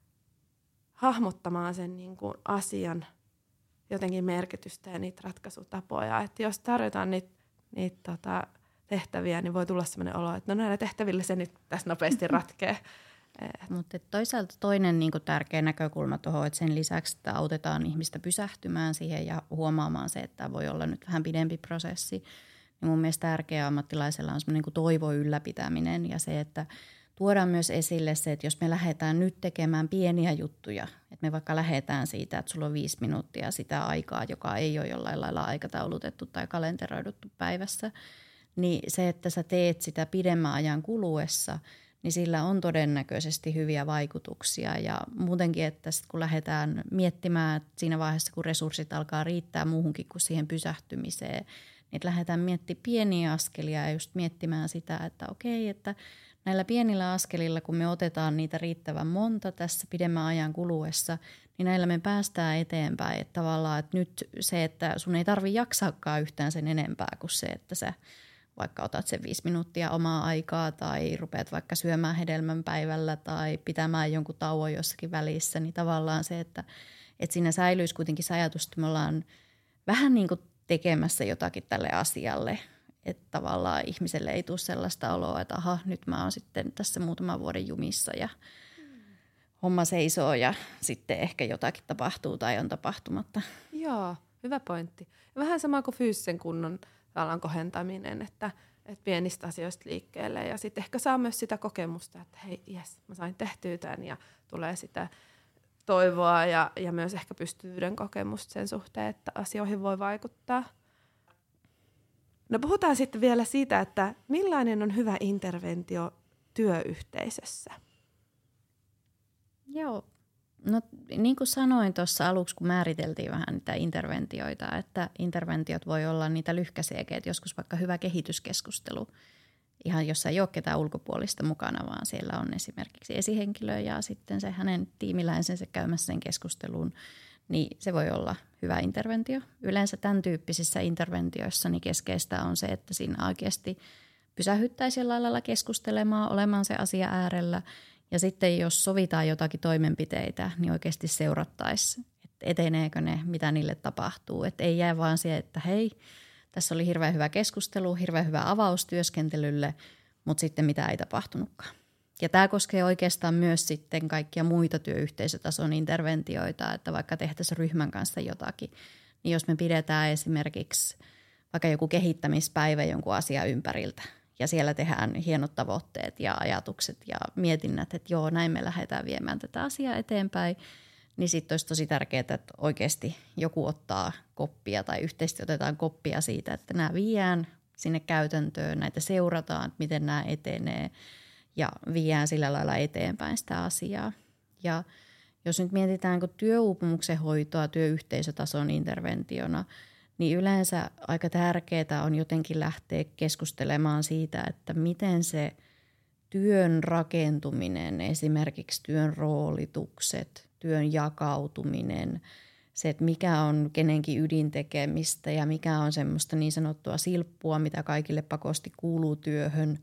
hahmottamaan sen niin kuin, asian jotenkin merkitystä ja niitä ratkaisutapoja. Että jos tarjotaan niitä tehtäviä, niin voi tulla sellainen olo, että no näillä tehtävillä se nyt tässä nopeasti ratkee. Mutta toisaalta toinen niin kuin tärkeä näkökulma tuohon, että sen lisäksi, että autetaan ihmistä pysähtymään siihen ja huomaamaan se, että voi olla nyt vähän pidempi prosessi, niin mun mielestä tärkeää ammattilaisella on semmoinen niin kuin toivon ylläpitäminen ja se, että tuodaan myös esille se, että jos me lähdetään nyt tekemään pieniä juttuja, että me vaikka lähdetään siitä, että sulla on 5 minuuttia sitä aikaa, joka ei ole jollain lailla aikataulutettu tai kalenteroiduttu päivässä, niin se, että sä teet sitä pidemmän ajan kuluessa, niin sillä on todennäköisesti hyviä vaikutuksia ja muutenkin, että sit kun lähdetään miettimään, että siinä vaiheessa kun resurssit alkaa riittää muuhunkin kuin siihen pysähtymiseen, niin lähdetään miettimään pieniä askelia ja just miettimään sitä, että okei, että näillä pienillä askelilla, kun me otetaan niitä riittävän monta tässä pidemmän ajan kuluessa, niin näillä me päästään eteenpäin. Että tavallaan, että nyt se, että sun ei tarvitse jaksaakaan yhtään sen enempää kuin se, että sä vaikka otat sen 5 minuuttia omaa aikaa tai rupeat vaikka syömään hedelmän päivällä tai pitämään jonkun tauon jossakin välissä, niin tavallaan se, että siinä säilyisi kuitenkin se ajatus, että me ollaan vähän niin kuin tekemässä jotakin tälle asialle. Että tavallaan ihmiselle ei tule sellaista oloa, että aha, nyt mä oon sitten tässä muutaman vuoden jumissa ja homma seisoo ja sitten ehkä jotakin tapahtuu tai on tapahtumatta. Joo, hyvä pointti. Vähän sama kuin fyysisen kunnon kohentaminen, että pienistä asioista liikkeelle ja sitten ehkä saa myös sitä kokemusta, että hei, jes, mä sain tehtyä tämän ja tulee sitä toivoa ja myös ehkä pystyvyyden kokemusta sen suhteen, että asioihin voi vaikuttaa. No puhutaan sitten vielä siitä, että millainen on hyvä interventio työyhteisössä? Joo, no niin kuin sanoin tuossa aluksi, kun määriteltiin vähän niitä interventioita, että interventiot voi olla niitä lyhkäisiäkin, että joskus vaikka hyvä kehityskeskustelu, ihan jossa ei ole ketään ulkopuolista mukana, vaan siellä on esimerkiksi esihenkilö ja sitten se hänen tiimiläisensä käymässä sen keskustelun, niin se voi olla hyvä interventio. Yleensä tämän tyyppisissä interventioissa niin keskeistä on se, että siinä oikeasti pysähyttäisiin jollain lailla keskustelemaan, olemaan se asia äärellä. Ja sitten jos sovitaan jotakin toimenpiteitä, niin oikeasti seurattaisiin, että eteneekö ne, mitä niille tapahtuu. Että ei jää vaan siihen, että hei, tässä oli hirveän hyvä keskustelu, hirveän hyvä avaus työskentelylle, mutta sitten mitä ei tapahtunutkaan. Ja tämä koskee oikeastaan myös sitten kaikkia muita työyhteisötason interventioita, että vaikka tehtäisiin ryhmän kanssa jotakin, niin jos me pidetään esimerkiksi vaikka joku kehittämispäivä jonkun asian ympäriltä ja siellä tehdään hienot tavoitteet ja ajatukset ja mietinnät, että joo, näin me lähdetään viemään tätä asiaa eteenpäin, niin sitten olisi tosi tärkeää, että oikeasti joku ottaa koppia tai yhteisesti otetaan koppia siitä, että nämä viedään sinne käytäntöön, näitä seurataan, että miten nämä etenee ja viedään sillä lailla eteenpäin sitä asiaa. Ja jos nyt mietitään työuupumuksen hoitoa työyhteisötason interventiona, niin yleensä aika tärkeää on jotenkin lähteä keskustelemaan siitä, että miten se työn rakentuminen, esimerkiksi työn roolitukset, työn jakautuminen, se, että mikä on kenenkin ydintekemistä ja mikä on semmoista niin sanottua silppua, mitä kaikille pakosti kuuluu työhön,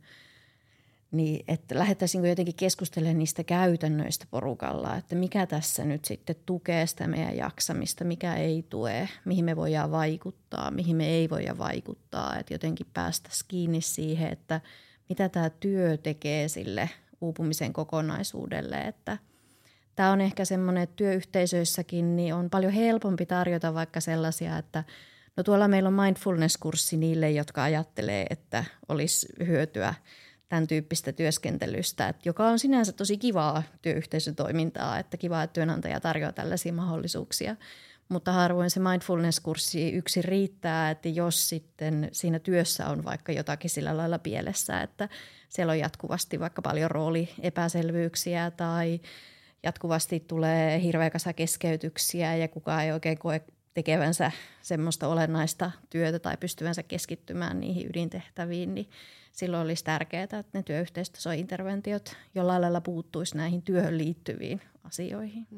niin että lähdettäisiin jotenkin keskustelemaan niistä käytännöistä porukalla, että mikä tässä nyt sitten tukee sitä meidän jaksamista, mikä ei tue, mihin me voidaan vaikuttaa, mihin me ei voida vaikuttaa, että jotenkin päästäisiin kiinni siihen, että mitä tämä työ tekee sille uupumisen kokonaisuudelle, että tämä on ehkä semmoinen, että työyhteisöissäkin niin on paljon helpompi tarjota vaikka sellaisia, että no tuolla meillä on mindfulness-kurssi niille, jotka ajattelee, että olisi hyötyä tämän tyyppistä työskentelystä, että joka on sinänsä tosi kivaa työyhteisötoimintaa, että kivaa, että työnantaja tarjoaa tällaisia mahdollisuuksia. Mutta harvoin se mindfulness-kurssi yksin riittää, että jos sitten siinä työssä on vaikka jotakin sillä lailla pielessä, että siellä on jatkuvasti vaikka paljon rooliepäselvyyksiä tai jatkuvasti tulee hirveä kasa keskeytyksiä ja kukaan ei oikein koe tekevänsä semmoista olennaista työtä tai pystyvänsä keskittymään niihin ydintehtäviin, niin silloin olisi tärkeää, että ne työyhteistaso-interventiot jollain lailla puuttuisi näihin työhön liittyviin asioihin.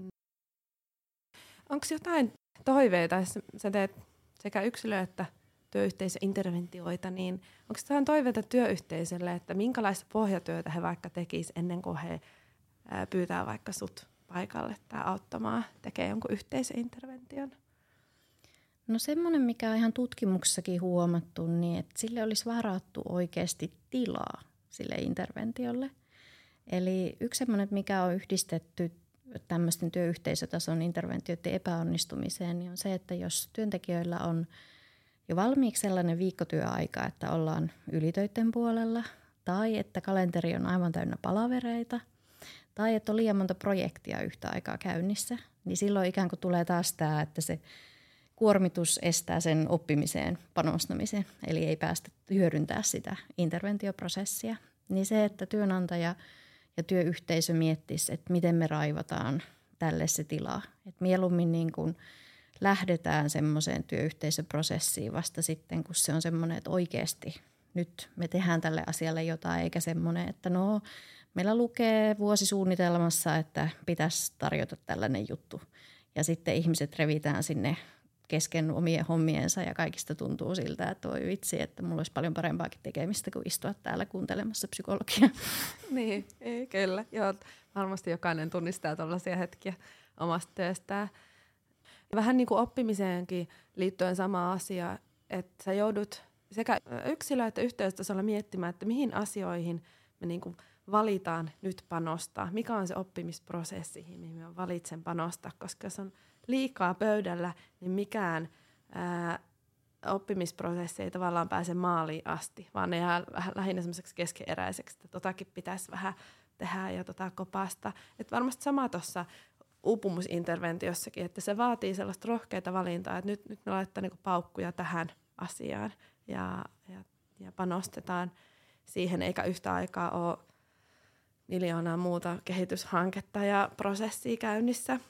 Onko jotain toiveita, jos sä teet sekä yksilö- että työyhteisöinterventioita, niin onko jotain toiveita työyhteisölle, että minkälaista pohjatyötä he vaikka tekisivät ennen kuin he pyytää vaikka sut paikalle tai auttamaan tekee jonkun yhteisöintervention? No semmoinen, mikä on ihan tutkimuksessakin huomattu, niin että sille olisi varattu oikeasti tilaa sille interventiolle. Eli yksi semmoinen, mikä on yhdistetty tämmöisten työyhteisötason interventioiden epäonnistumiseen, niin on se, että jos työntekijöillä on jo valmiiksi sellainen viikkotyöaika, että ollaan ylitöiden puolella, tai että kalenteri on aivan täynnä palavereita, tai että on liian monta projektia yhtä aikaa käynnissä, niin silloin ikään kuin tulee taas tämä, että se kuormitus estää sen oppimiseen panostamisen, eli ei päästä hyödyntää sitä interventioprosessia. Niin se, että työnantaja ja työyhteisö miettisi, että miten me raivataan tälle se tila. Että mieluummin niin kuin lähdetään semmoiseen työyhteisöprosessiin vasta sitten, kun se on semmoinen, että oikeasti nyt me tehdään tälle asialle jotain, eikä semmoinen, että no meillä lukee vuosisuunnitelmassa, että pitäisi tarjota tällainen juttu. Ja sitten ihmiset revitään sinne kesken omien hommiensa ja kaikista tuntuu siltä, että voi vitsi, että mulla olisi paljon parempaakin tekemistä kuin istua täällä kuuntelemassa psykologiaa. Niin, kyllä. Joo, varmasti jokainen tunnistaa tuollaisia hetkiä omasta työstään. Vähän niin kuin oppimiseenkin liittyen sama asia, että sä joudut sekä yksilö- että yhteystasolla miettimään, että mihin asioihin me niin kuin valitaan nyt panostaa. Mikä on se oppimisprosessi, mihin me valitsen panostaa, koska jos on liikaa pöydällä, niin mikään oppimisprosessi ei tavallaan pääse maaliin asti, vaan ne jää lähinnä semmoiseksi keskeneräiseksi, että totakin pitäisi vähän tehdä ja kopasta. Et varmasti sama tuossa uupumusinterventiossakin, että se vaatii sellaista rohkeita valintaa, että nyt me laittaa niinku paukkuja tähän asiaan ja panostetaan siihen, eikä yhtä aikaa ole miljoonaa muuta kehityshanketta ja prosessia käynnissä.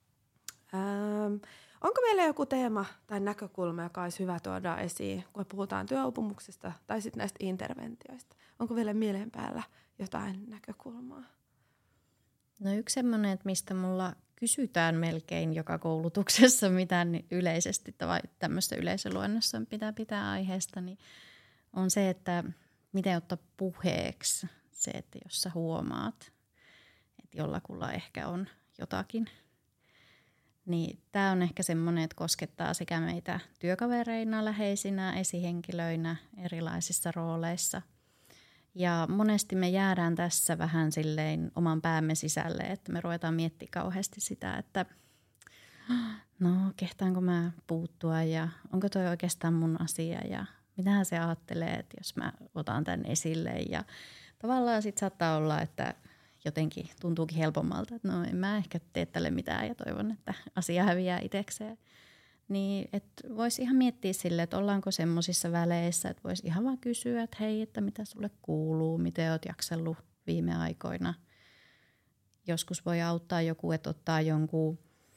Onko meillä joku teema tai näkökulma, joka olisi hyvä tuoda esiin, kun puhutaan työuupumuksesta tai sitten näistä interventioista? Onko vielä mielen päällä jotain näkökulmaa? No yksi semmoinen, että mistä mulla kysytään melkein joka koulutuksessa, mitä yleisesti tai tämmöistä yleisöluennossa pitää aiheesta, niin on se, että miten ottaa puheeksi se, että jos sä huomaat, että jollakulla ehkä on jotakin Niin tämä on ehkä semmoinen, että koskettaa sekä meitä työkavereina, läheisinä, esihenkilöinä, erilaisissa rooleissa. Ja monesti me jäädään tässä vähän silleen oman päämme sisälle, että me ruvetaan miettimään kauheasti sitä, että no kehtaanko mä puuttua ja onko toi oikeastaan mun asia ja mitähän se ajattelee, että jos mä otan tämän esille. Ja tavallaan sitten saattaa olla, että jotenkin tuntuukin helpommalta, että no en mä ehkä tee tälle mitään ja toivon, että asia häviää itsekseen. Niin, että voisi ihan miettiä sille, että ollaanko semmoisissa väleissä, että voisi ihan vaan kysyä, että hei, että mitä sulle kuuluu, miten oot jaksellut viime aikoina. Joskus voi auttaa joku, että ottaa jonkun,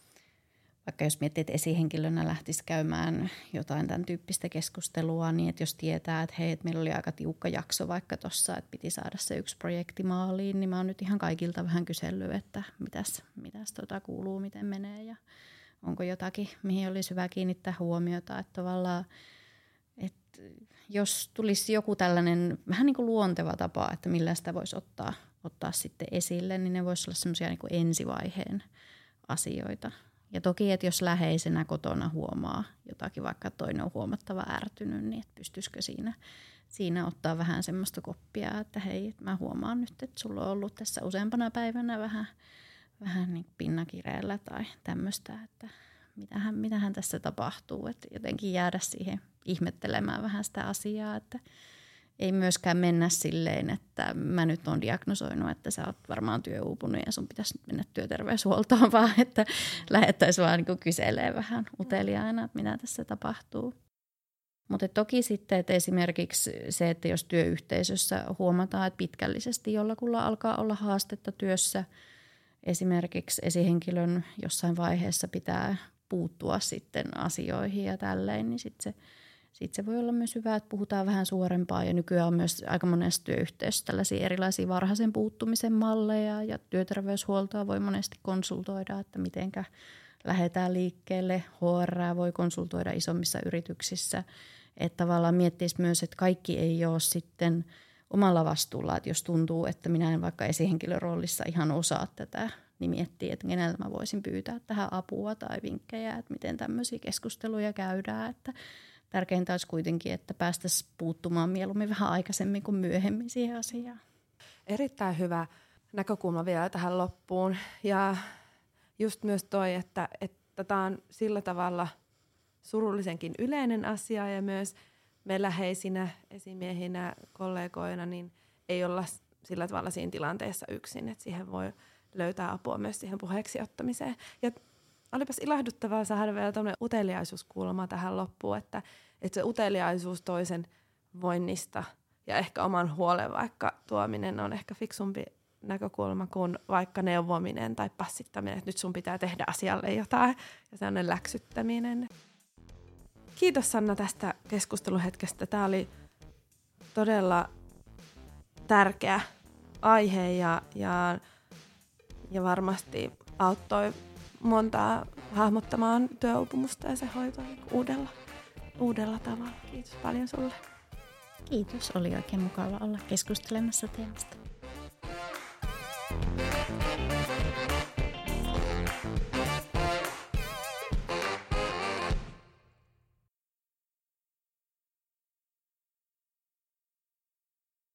vaikka jos miettii, että esihenkilönä lähtisi käymään jotain tämän tyyppistä keskustelua, niin että jos tietää, että hei, että meillä oli aika tiukka jakso vaikka tuossa, että piti saada se yksi projekti maaliin, niin mä oon nyt ihan kaikilta vähän kysellyt, että mitäs kuuluu, miten menee ja onko jotakin, mihin olisi hyvä kiinnittää huomiota, että tavallaan, että jos tulisi joku tällainen vähän niin kuin luonteva tapa, että millä sitä voisi ottaa sitten esille, niin ne voisi olla semmoisia niin kuin ensivaiheen asioita. Ja toki, että jos läheisenä kotona huomaa jotakin, vaikka toinen on huomattava ärtynyt, niin että pystyisikö siinä ottaa vähän semmoista koppia, että hei, että mä huomaan nyt, että sulla on ollut tässä useampana päivänä vähän niin pinnakireellä tai tämmöistä, että mitähän tässä tapahtuu. Että jotenkin jäädä siihen ihmettelemään vähän sitä asiaa, että ei myöskään mennä silleen, että mä nyt oon diagnosoinut, että sä oot varmaan työuupunut ja sun pitäisi mennä työterveyshuoltoon, vaan että lähdettäisiin vaan niin kyselemään vähän uteliaana, että mitä tässä tapahtuu. Mutta toki sitten, että esimerkiksi se, että jos työyhteisössä huomataan, että pitkällisesti jollakulla alkaa olla haastetta työssä, esimerkiksi esihenkilön jossain vaiheessa pitää puuttua sitten asioihin ja tälleen, niin sitten se voi olla myös hyvä, että puhutaan vähän suorempaa. Ja nykyään on myös aika monessa työyhteisössä tällaisia erilaisia varhaisen puuttumisen malleja ja työterveyshuoltoa voi monesti konsultoida, että mitenkä lähdetään liikkeelle. HR voi konsultoida isommissa yrityksissä. Että tavallaan miettis myös, että kaikki ei ole sitten omalla vastuulla, että jos tuntuu, että minä en vaikka esihenkilön roolissa ihan osaa tätä, niin miettii, että keneltä mä voisin pyytää tähän apua tai vinkkejä, että miten tämmöisiä keskusteluja käydään. Että tärkeintä olisi kuitenkin, että päästäisiin puuttumaan mieluummin vähän aikaisemmin kuin myöhemmin siihen asiaan. Erittäin hyvä näkökulma vielä tähän loppuun. Ja just myös toi, että tämä on sillä tavalla surullisenkin yleinen asia ja myös me läheisinä esimiehinä, kollegoina, niin ei olla sillä tavalla siinä tilanteessa yksin, että siihen voi löytää apua myös siihen puheeksi ottamiseen. Ja olipas ilahduttavaa saada vielä tämmöinen uteliaisuuskulma tähän loppuun, että se uteliaisuus toisen voinnista ja ehkä oman huolen vaikka tuominen on ehkä fiksumpi näkökulma kuin vaikka neuvominen tai passittaminen, että nyt sun pitää tehdä asialle jotain ja sellainen läksyttäminen. Kiitos Sanna tästä keskusteluhetkestä. Tämä oli todella tärkeä aihe ja varmasti auttoi montaa hahmottamaan työuupumusta ja se hoitoa uudella tavalla. Kiitos paljon sulle. Kiitos, oli oikein mukava olla keskustelemassa teemasta.